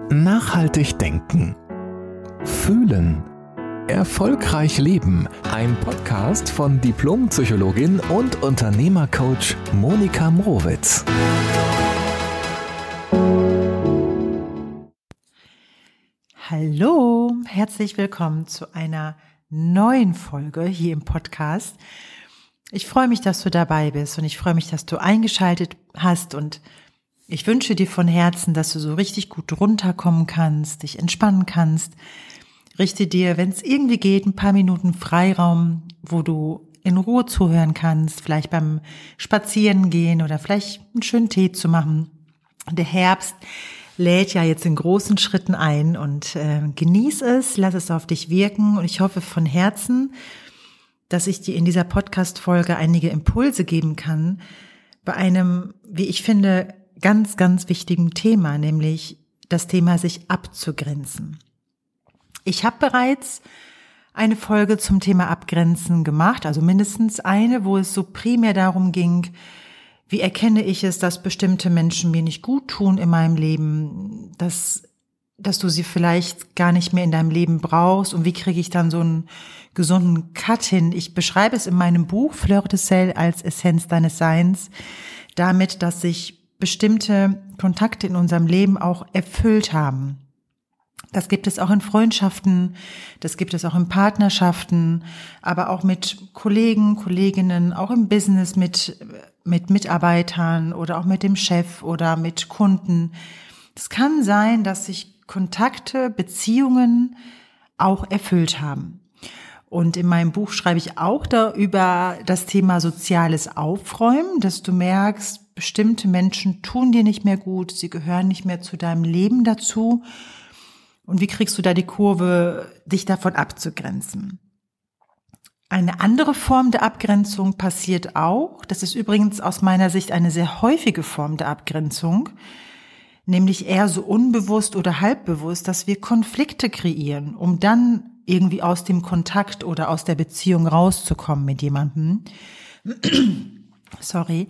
Nachhaltig denken. Fühlen. Erfolgreich leben. Ein Podcast von Diplompsychologin und Unternehmercoach Monika Mrowitz. Hallo, herzlich willkommen zu einer neuen Folge hier im Podcast. Ich freue mich, dass du dabei bist und ich freue mich, dass du eingeschaltet hast und ich wünsche dir von Herzen, dass du so richtig gut runterkommen kannst, dich entspannen kannst. Richte dir, wenn es irgendwie geht, ein paar Minuten Freiraum, wo du in Ruhe zuhören kannst, vielleicht beim Spazierengehen oder vielleicht einen schönen Tee zu machen. Der Herbst lädt ja jetzt in großen Schritten ein und genieß es, lass es auf dich wirken und ich hoffe von Herzen, dass ich dir in dieser Podcast-Folge einige Impulse geben kann bei einem, wie ich finde, ganz, ganz wichtigen Thema, nämlich das Thema sich abzugrenzen. Ich habe bereits eine Folge zum Thema Abgrenzen gemacht, also mindestens eine, wo es so primär darum ging, wie erkenne ich es, dass bestimmte Menschen mir nicht gut tun in meinem Leben, dass du sie vielleicht gar nicht mehr in deinem Leben brauchst und wie kriege ich dann so einen gesunden Cut hin. Ich beschreibe es in meinem Buch Fleur de Sel als Essenz deines Seins, damit, dass sich bestimmte Kontakte in unserem Leben auch erfüllt haben. Das gibt es auch in Freundschaften, das gibt es auch in Partnerschaften, aber auch mit Kollegen, Kolleginnen, auch im Business mit Mitarbeitern oder auch mit dem Chef oder mit Kunden. Es kann sein, dass sich Kontakte, Beziehungen auch erfüllt haben. Und in meinem Buch schreibe ich auch da über das Thema soziales Aufräumen, dass du merkst, bestimmte Menschen tun dir nicht mehr gut, sie gehören nicht mehr zu deinem Leben dazu. Und wie kriegst du da die Kurve, dich davon abzugrenzen? Eine andere Form der Abgrenzung passiert auch. Das ist übrigens aus meiner Sicht eine sehr häufige Form der Abgrenzung, nämlich eher so unbewusst oder halbbewusst, dass wir Konflikte kreieren, um dann irgendwie aus dem Kontakt oder aus der Beziehung rauszukommen mit jemandem. Sorry.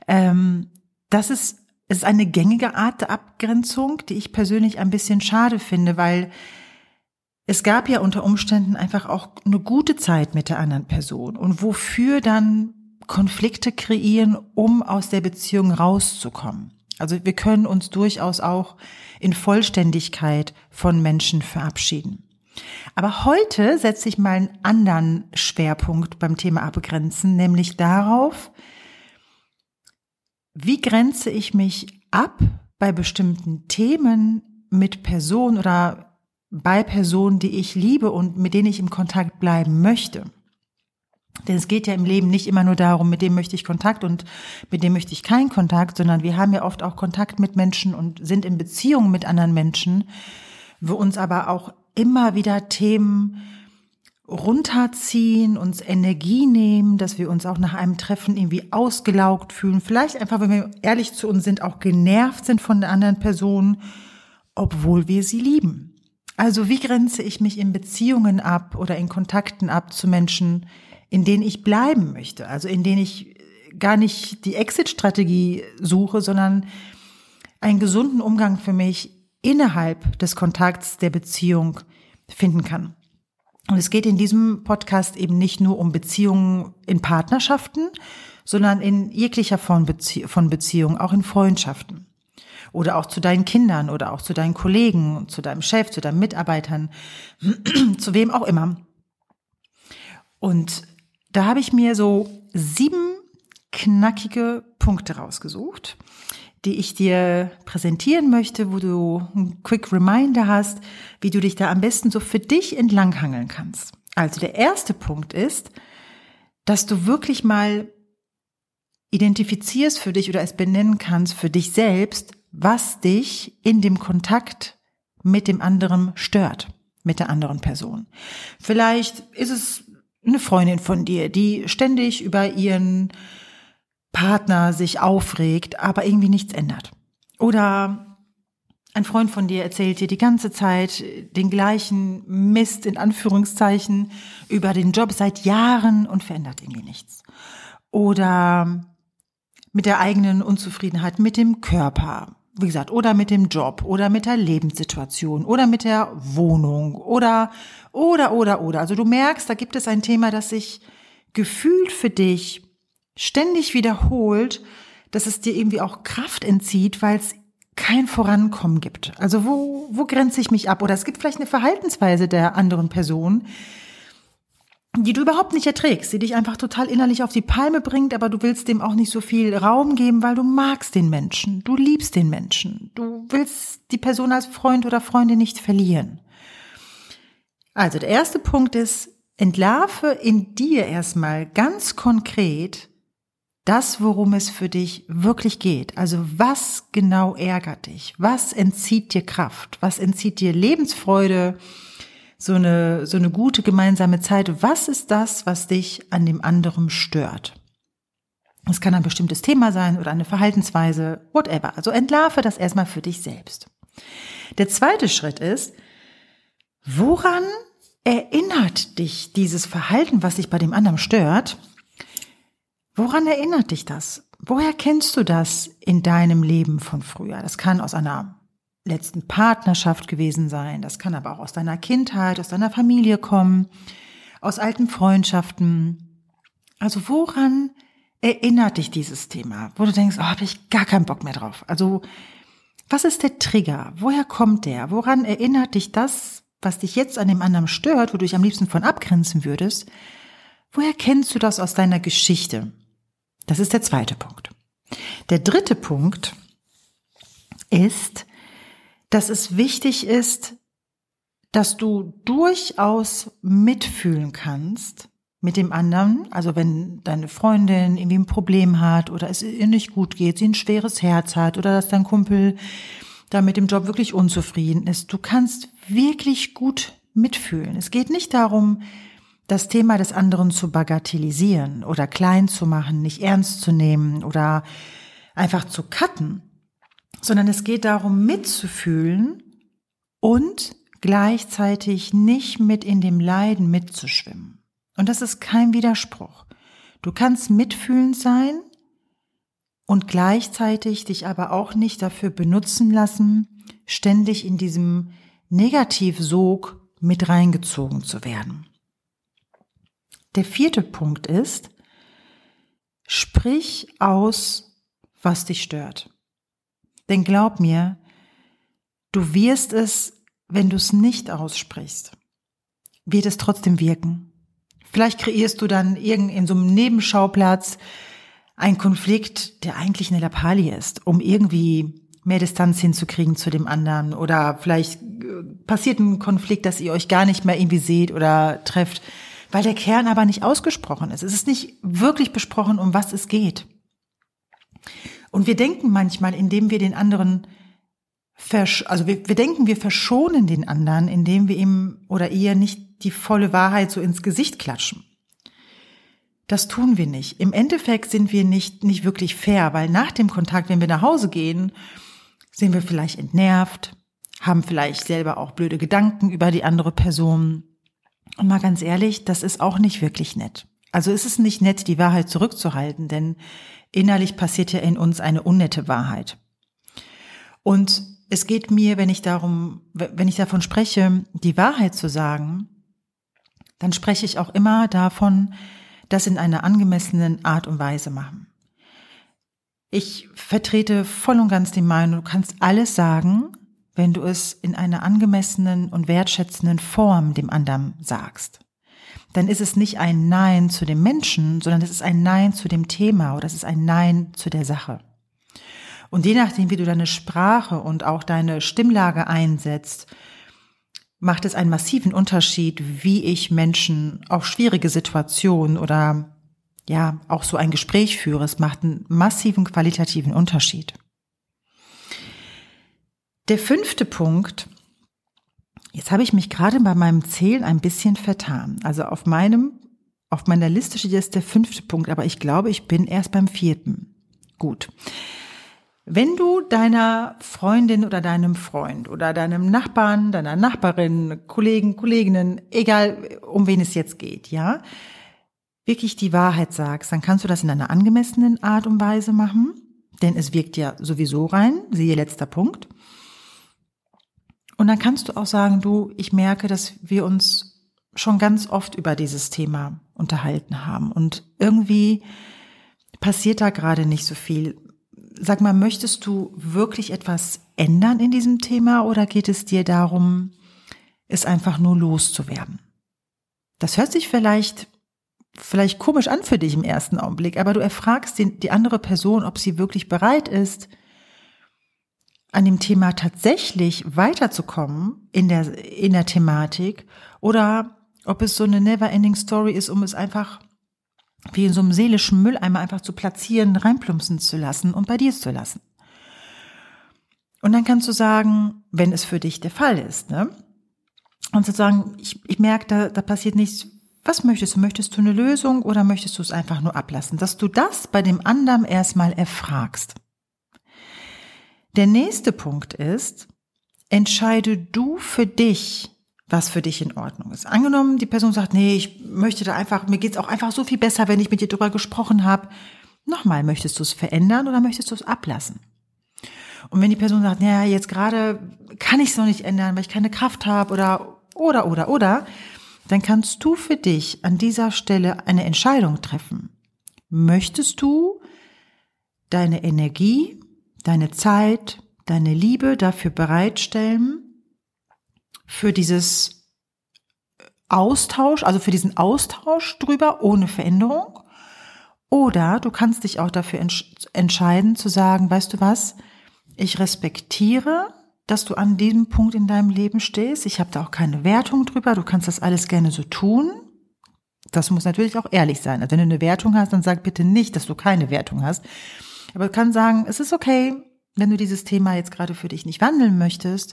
Das ist eine gängige Art der Abgrenzung, die ich persönlich ein bisschen schade finde, weil es gab ja unter Umständen einfach auch eine gute Zeit mit der anderen Person. Und wofür dann Konflikte kreieren, um aus der Beziehung rauszukommen? Also wir können uns durchaus auch in Vollständigkeit von Menschen verabschieden. Aber heute setze ich mal einen anderen Schwerpunkt beim Thema Abgrenzen, nämlich darauf, wie grenze ich mich ab bei bestimmten Themen mit Personen oder bei Personen, die ich liebe und mit denen ich im Kontakt bleiben möchte. Denn es geht ja im Leben nicht immer nur darum, mit dem möchte ich Kontakt und mit dem möchte ich keinen Kontakt, sondern wir haben ja oft auch Kontakt mit Menschen und sind in Beziehungen mit anderen Menschen, wo uns aber auch immer wieder Themen runterziehen, uns Energie nehmen, dass wir uns auch nach einem Treffen irgendwie ausgelaugt fühlen. Vielleicht einfach, wenn wir ehrlich zu uns sind, auch genervt sind von der anderen Person, obwohl wir sie lieben. Also wie grenze ich mich in Beziehungen ab oder in Kontakten ab zu Menschen, in denen ich bleiben möchte? Also in denen ich gar nicht die Exit-Strategie suche, sondern einen gesunden Umgang für mich innerhalb des Kontakts der Beziehung finden kann. Und es geht in diesem Podcast eben nicht nur um Beziehungen in Partnerschaften, sondern in jeglicher Form von Beziehungen, auch in Freundschaften. Oder auch zu deinen Kindern oder auch zu deinen Kollegen, zu deinem Chef, zu deinen Mitarbeitern, zu wem auch immer. Und da habe ich mir so 7 knackige Punkte rausgesucht, die ich dir präsentieren möchte, wo du einen Quick Reminder hast, wie du dich da am besten so für dich entlanghangeln kannst. Also der erste Punkt ist, dass du wirklich mal identifizierst für dich oder es benennen kannst für dich selbst, was dich in dem Kontakt mit dem anderen stört, mit der anderen Person. Vielleicht ist es eine Freundin von dir, die ständig über ihren Partner sich aufregt, aber irgendwie nichts ändert. Oder ein Freund von dir erzählt dir die ganze Zeit den gleichen Mist, in Anführungszeichen, über den Job seit Jahren und verändert irgendwie nichts. Oder mit der eigenen Unzufriedenheit mit dem Körper, wie gesagt, oder mit dem Job oder mit der Lebenssituation oder mit der Wohnung oder. Also du merkst, da gibt es ein Thema, das sich gefühlt für dich ständig wiederholt, dass es dir irgendwie auch Kraft entzieht, weil es kein Vorankommen gibt. Also wo grenze ich mich ab? Oder es gibt vielleicht eine Verhaltensweise der anderen Person, die du überhaupt nicht erträgst, die dich einfach total innerlich auf die Palme bringt, aber du willst dem auch nicht so viel Raum geben, weil du magst den Menschen, du liebst den Menschen, du willst die Person als Freund oder Freundin nicht verlieren. Also der erste Punkt ist, entlarve in dir erstmal ganz konkret das, worum es für dich wirklich geht. Also was genau ärgert dich? Was entzieht dir Kraft? Was entzieht dir Lebensfreude? So eine gute gemeinsame Zeit. Was ist das, was dich an dem anderen stört? Es kann ein bestimmtes Thema sein oder eine Verhaltensweise, whatever. Also entlarve das erstmal für dich selbst. Der zweite Schritt ist, woran erinnert dich dieses Verhalten, was dich bei dem anderen stört? Woran erinnert dich das? Woher kennst du das in deinem Leben von früher? Das kann aus einer letzten Partnerschaft gewesen sein, das kann aber auch aus deiner Kindheit, aus deiner Familie kommen, aus alten Freundschaften. Also woran erinnert dich dieses Thema, wo du denkst, habe ich gar keinen Bock mehr drauf? Also was ist der Trigger? Woher kommt der? Woran erinnert dich das, was dich jetzt an dem anderen stört, wo du dich am liebsten von abgrenzen würdest? Woher kennst du das aus deiner Geschichte? Das ist der zweite Punkt. Der dritte Punkt ist, dass es wichtig ist, dass du durchaus mitfühlen kannst mit dem anderen. Also wenn deine Freundin irgendwie ein Problem hat oder es ihr nicht gut geht, sie ein schweres Herz hat oder dass dein Kumpel da mit dem Job wirklich unzufrieden ist. Du kannst wirklich gut mitfühlen. Es geht nicht darum, das Thema des anderen zu bagatellisieren oder klein zu machen, nicht ernst zu nehmen oder einfach zu cutten, sondern es geht darum, mitzufühlen und gleichzeitig nicht mit in dem Leiden mitzuschwimmen. Und das ist kein Widerspruch. Du kannst mitfühlend sein und gleichzeitig dich aber auch nicht dafür benutzen lassen, ständig in diesem Negativsog mit reingezogen zu werden. Der vierte Punkt ist, sprich aus, was dich stört. Denn glaub mir, du wirst es, wenn du es nicht aussprichst, wird es trotzdem wirken. Vielleicht kreierst du dann in so einem Nebenschauplatz einen Konflikt, der eigentlich eine Lappalie ist, um irgendwie mehr Distanz hinzukriegen zu dem anderen. Oder vielleicht passiert ein Konflikt, dass ihr euch gar nicht mehr irgendwie seht oder trefft, weil der Kern aber nicht ausgesprochen ist. Es ist nicht wirklich besprochen, um was es geht. Und wir denken manchmal, indem wir den anderen, wir denken, wir verschonen den anderen, indem wir ihm oder ihr nicht die volle Wahrheit so ins Gesicht klatschen. Das tun wir nicht. Im Endeffekt sind wir nicht wirklich fair, weil nach dem Kontakt, wenn wir nach Hause gehen, sind wir vielleicht entnervt, haben vielleicht selber auch blöde Gedanken über die andere Person. Und mal ganz ehrlich, das ist auch nicht wirklich nett. Also es ist nicht nett, die Wahrheit zurückzuhalten, denn innerlich passiert ja in uns eine unnette Wahrheit. Und es geht mir, wenn ich davon spreche, die Wahrheit zu sagen, dann spreche ich auch immer davon, das in einer angemessenen Art und Weise machen. Ich vertrete voll und ganz die Meinung, du kannst alles sagen, wenn du es in einer angemessenen und wertschätzenden Form dem anderen sagst. Dann ist es nicht ein Nein zu dem Menschen, sondern es ist ein Nein zu dem Thema oder es ist ein Nein zu der Sache. Und je nachdem, wie du deine Sprache und auch deine Stimmlage einsetzt, macht es einen massiven Unterschied, wie ich Menschen auf schwierige Situationen oder ja auch so ein Gespräch führe. Es macht einen massiven qualitativen Unterschied. Der 5. Punkt, jetzt habe ich mich gerade bei meinem Zählen ein bisschen vertan. Also auf meiner Liste steht jetzt der 5. Punkt, aber ich glaube, ich bin erst beim 4. Gut. Wenn du deiner Freundin oder deinem Freund oder deinem Nachbarn, deiner Nachbarin, Kollegen, Kolleginnen, egal um wen es jetzt geht, ja, wirklich die Wahrheit sagst, dann kannst du das in einer angemessenen Art und Weise machen. denn es wirkt ja sowieso rein, siehe letzter Punkt. Und dann kannst du auch sagen, du, ich merke, dass wir uns schon ganz oft über dieses Thema unterhalten haben und irgendwie passiert da gerade nicht so viel. Sag mal, möchtest du wirklich etwas ändern in diesem Thema oder geht es dir darum, es einfach nur loszuwerden? Das hört sich vielleicht komisch an für dich im ersten Augenblick, aber du erfragst die andere Person, ob sie wirklich bereit ist, an dem Thema tatsächlich weiterzukommen in der Thematik oder ob es so eine never-ending Story ist, um es einfach wie in so einem seelischen Mülleimer einfach zu platzieren, reinplumpsen zu lassen und bei dir zu lassen. Und dann kannst du sagen, wenn es für dich der Fall ist, ne? Und zu sagen, ich merke, da passiert nichts. Was möchtest du? Möchtest du eine Lösung oder möchtest du es einfach nur ablassen? Dass du das bei dem anderen erstmal erfragst. Der nächste Punkt ist, entscheide du für dich, was für dich in Ordnung ist. Angenommen, die Person sagt, nee, ich möchte da einfach, mir geht's auch einfach so viel besser, wenn ich mit dir drüber gesprochen habe. Nochmal, möchtest du es verändern oder möchtest du es ablassen? Und wenn die Person sagt, naja, jetzt gerade kann ich es noch nicht ändern, weil ich keine Kraft habe oder, dann kannst du für dich an dieser Stelle eine Entscheidung treffen. Möchtest du deine Energie, deine Zeit, deine Liebe dafür bereitstellen, für dieses Austausch, also für diesen Austausch drüber ohne Veränderung? Oder du kannst dich auch dafür entscheiden zu sagen, weißt du was, ich respektiere, dass du an diesem Punkt in deinem Leben stehst. Ich habe da auch keine Wertung drüber. Du kannst das alles gerne so tun. Das muss natürlich auch ehrlich sein. Also wenn du eine Wertung hast, dann sag bitte nicht, dass du keine Wertung hast. Aber du kannst sagen, es ist okay, wenn du dieses Thema jetzt gerade für dich nicht wandeln möchtest.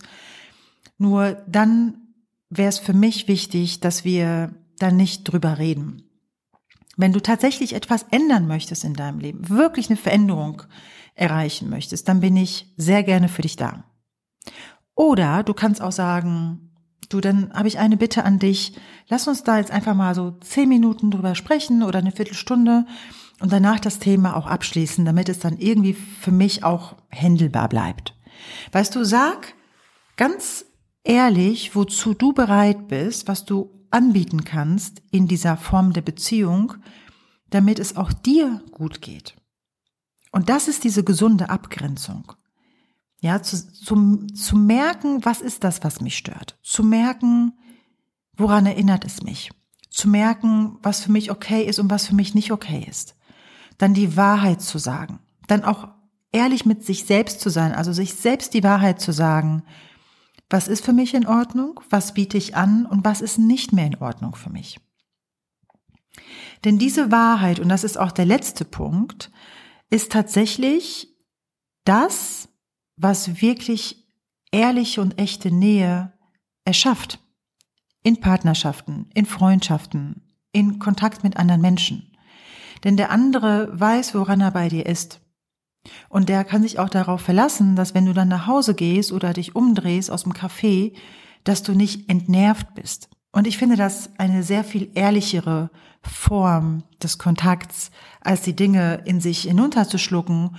Nur dann wäre es für mich wichtig, dass wir da nicht drüber reden. Wenn du tatsächlich etwas ändern möchtest in deinem Leben, wirklich eine Veränderung erreichen möchtest, dann bin ich sehr gerne für dich da. Oder du kannst auch sagen, du, dann habe ich eine Bitte an dich, lass uns da jetzt einfach mal so 10 Minuten drüber sprechen oder eine Viertelstunde und danach das Thema auch abschließen, damit es dann irgendwie für mich auch händelbar bleibt. Weißt du, sag ganz ehrlich, wozu du bereit bist, was du anbieten kannst in dieser Form der Beziehung, damit es auch dir gut geht. Und das ist diese gesunde Abgrenzung. Ja, zu merken, was ist das, was mich stört? Zu merken, woran erinnert es mich? Zu merken, was für mich okay ist und was für mich nicht okay ist. Dann die Wahrheit zu sagen. Dann auch ehrlich mit sich selbst zu sein, also sich selbst die Wahrheit zu sagen. Was ist für mich in Ordnung? Was biete ich an? Und was ist nicht mehr in Ordnung für mich? Denn diese Wahrheit, und das ist auch der letzte Punkt, ist tatsächlich das, was wirklich ehrliche und echte Nähe erschafft. In Partnerschaften, in Freundschaften, in Kontakt mit anderen Menschen. Denn der andere weiß, woran er bei dir ist. Und der kann sich auch darauf verlassen, dass wenn du dann nach Hause gehst oder dich umdrehst aus dem Café, dass du nicht entnervt bist. Und ich finde das eine sehr viel ehrlichere Form des Kontakts, als die Dinge in sich hinunterzuschlucken,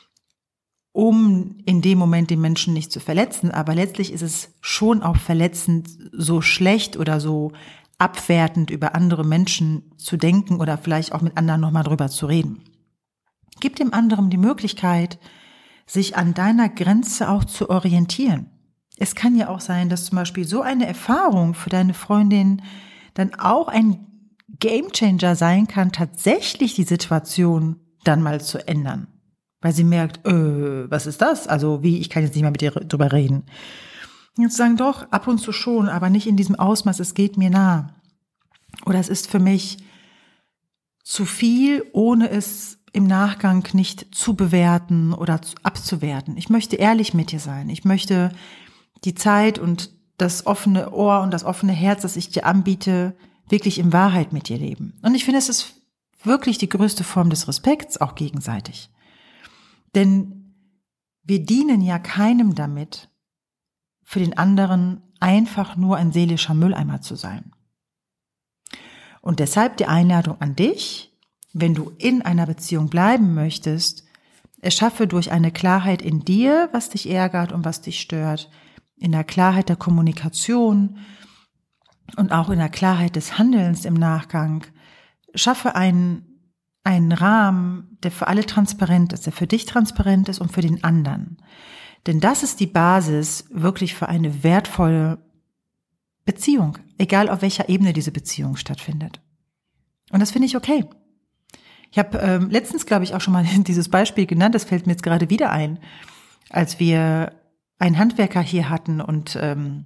um in dem Moment den Menschen nicht zu verletzen. Aber letztlich ist es schon auch verletzend, so schlecht oder so abwertend über andere Menschen zu denken oder vielleicht auch mit anderen nochmal drüber zu reden. Gib dem anderen die Möglichkeit, sich an deiner Grenze auch zu orientieren. Es kann ja auch sein, dass zum Beispiel so eine Erfahrung für deine Freundin dann auch ein Gamechanger sein kann, tatsächlich die Situation dann mal zu ändern. Weil sie merkt, was ist das? Also ich kann jetzt nicht mehr mit dir drüber reden. Jetzt sagen doch, ab und zu schon, aber nicht in diesem Ausmaß, es geht mir nah. Oder es ist für mich zu viel, ohne es im Nachgang nicht zu bewerten oder abzuwerten. Ich möchte ehrlich mit dir sein. Ich möchte die Zeit und das offene Ohr und das offene Herz, das ich dir anbiete, wirklich in Wahrheit mit dir leben. Und ich finde, es ist wirklich die größte Form des Respekts, auch gegenseitig. Denn wir dienen ja keinem damit, für den anderen einfach nur ein seelischer Mülleimer zu sein. Und deshalb die Einladung an dich, wenn du in einer Beziehung bleiben möchtest, Erschaffe durch eine Klarheit in dir, was dich ärgert und was dich stört, in der Klarheit der Kommunikation und auch in der Klarheit des Handelns im Nachgang. Schaffe einen Rahmen, der für alle transparent ist, der für dich transparent ist und für den anderen. Denn das ist die Basis wirklich für eine wertvolle Beziehung, egal auf welcher Ebene diese Beziehung stattfindet. Und das finde ich okay. Ich habe letztens, glaube ich, auch schon mal dieses Beispiel genannt, das fällt mir jetzt gerade wieder ein, als wir einen Handwerker hier hatten und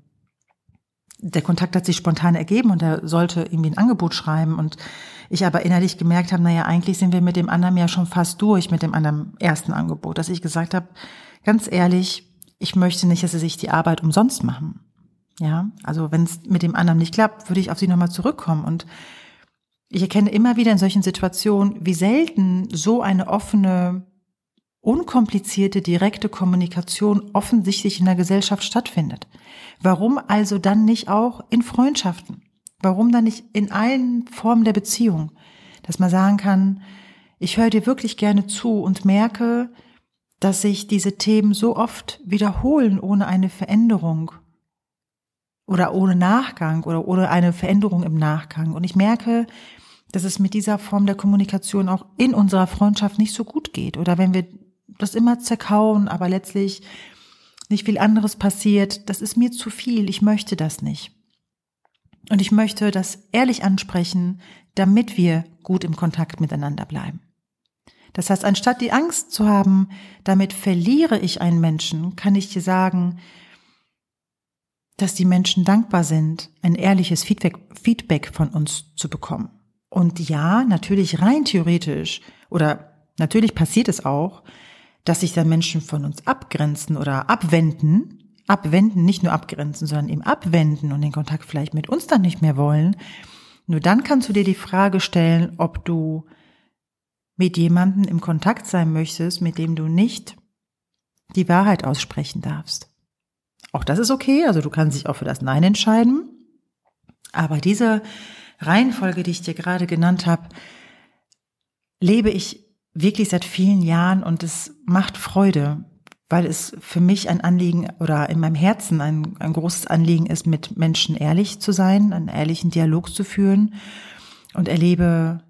der Kontakt hat sich spontan ergeben und er sollte irgendwie ein Angebot schreiben und ich aber innerlich gemerkt habe, naja, eigentlich sind wir mit dem anderen ja schon fast durch, mit dem anderen ersten Angebot, dass ich gesagt habe, ganz ehrlich, ich möchte nicht, dass sie sich die Arbeit umsonst machen. Ja, also wenn es mit dem anderen nicht klappt, würde ich auf sie nochmal zurückkommen. Und ich erkenne immer wieder in solchen Situationen, wie selten so eine offene, unkomplizierte, direkte Kommunikation offensichtlich in der Gesellschaft stattfindet. Warum also dann nicht auch in Freundschaften? Warum dann nicht in allen Formen der Beziehung? Dass man sagen kann, ich höre dir wirklich gerne zu und merke, dass sich diese Themen so oft wiederholen ohne eine Veränderung oder ohne Nachgang oder ohne eine Veränderung im Nachgang. Und ich merke, dass es mit dieser Form der Kommunikation auch in unserer Freundschaft nicht so gut geht. Oder wenn wir das immer zerkauen, aber letztlich nicht viel anderes passiert, das ist mir zu viel, ich möchte das nicht. Und ich möchte das ehrlich ansprechen, damit wir gut im Kontakt miteinander bleiben. Das heißt, anstatt die Angst zu haben, damit verliere ich einen Menschen, kann ich dir sagen, dass die Menschen dankbar sind, ein ehrliches Feedback von uns zu bekommen. Und ja, natürlich rein theoretisch oder natürlich passiert es auch, dass sich dann Menschen von uns abgrenzen oder abwenden, nicht nur abgrenzen, sondern eben abwenden und den Kontakt vielleicht mit uns dann nicht mehr wollen. Nur dann kannst du dir die Frage stellen, ob du mit jemandem im Kontakt sein möchtest, mit dem du nicht die Wahrheit aussprechen darfst. Auch das ist okay, also du kannst dich auch für das Nein entscheiden. Aber diese Reihenfolge, die ich dir gerade genannt habe, lebe ich wirklich seit vielen Jahren und es macht Freude, weil es für mich ein Anliegen oder in meinem Herzen ein großes Anliegen ist, mit Menschen ehrlich zu sein, einen ehrlichen Dialog zu führen und erlebe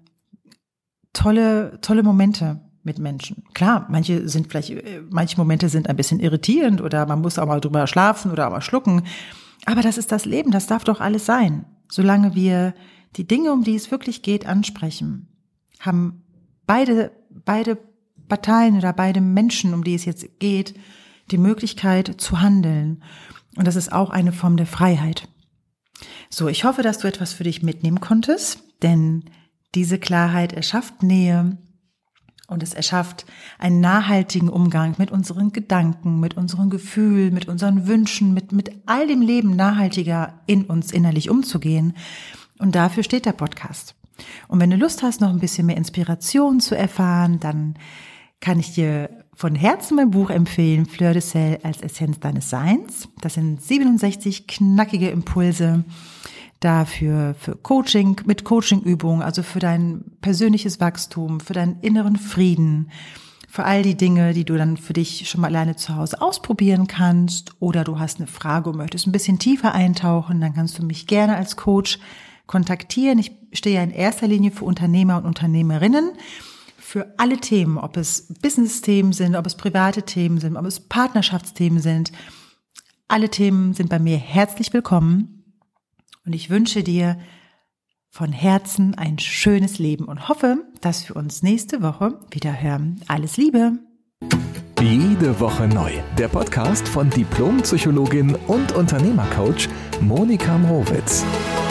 tolle Momente mit Menschen. Klar, manche Momente sind ein bisschen irritierend oder man muss auch mal drüber schlafen oder auch mal schlucken. Aber das ist das Leben, das darf doch alles sein. Solange wir die Dinge, um die es wirklich geht, ansprechen, haben beide Parteien oder beide Menschen, um die es jetzt geht, die Möglichkeit zu handeln. Und das ist auch eine Form der Freiheit. So, ich hoffe, dass du etwas für dich mitnehmen konntest, denn diese Klarheit erschafft Nähe und es erschafft einen nachhaltigen Umgang mit unseren Gedanken, mit unseren Gefühlen, mit unseren Wünschen, mit all dem Leben nachhaltiger in uns innerlich umzugehen. Und dafür steht der Podcast. Und wenn du Lust hast, noch ein bisschen mehr Inspiration zu erfahren, dann kann ich dir von Herzen mein Buch empfehlen, Fleur de Sel als Essenz deines Seins. Das sind 67 knackige Impulse dafür für Coaching, mit Coachingübungen, also für dein persönliches Wachstum, für deinen inneren Frieden, für all die Dinge, die du dann für dich schon mal alleine zu Hause ausprobieren kannst. Oder du hast eine Frage und möchtest ein bisschen tiefer eintauchen, dann kannst du mich gerne als Coach kontaktieren. Ich stehe ja in erster Linie für Unternehmer und Unternehmerinnen, für alle Themen, ob es Business-Themen sind, ob es private Themen sind, ob es Partnerschaftsthemen sind. Alle Themen sind bei mir herzlich willkommen und ich wünsche dir von Herzen ein schönes Leben und hoffe, dass wir uns nächste Woche wieder hören. Alles Liebe! Jede Woche neu. Der Podcast von Diplompsychologin und Unternehmercoach Monika Mrowitz.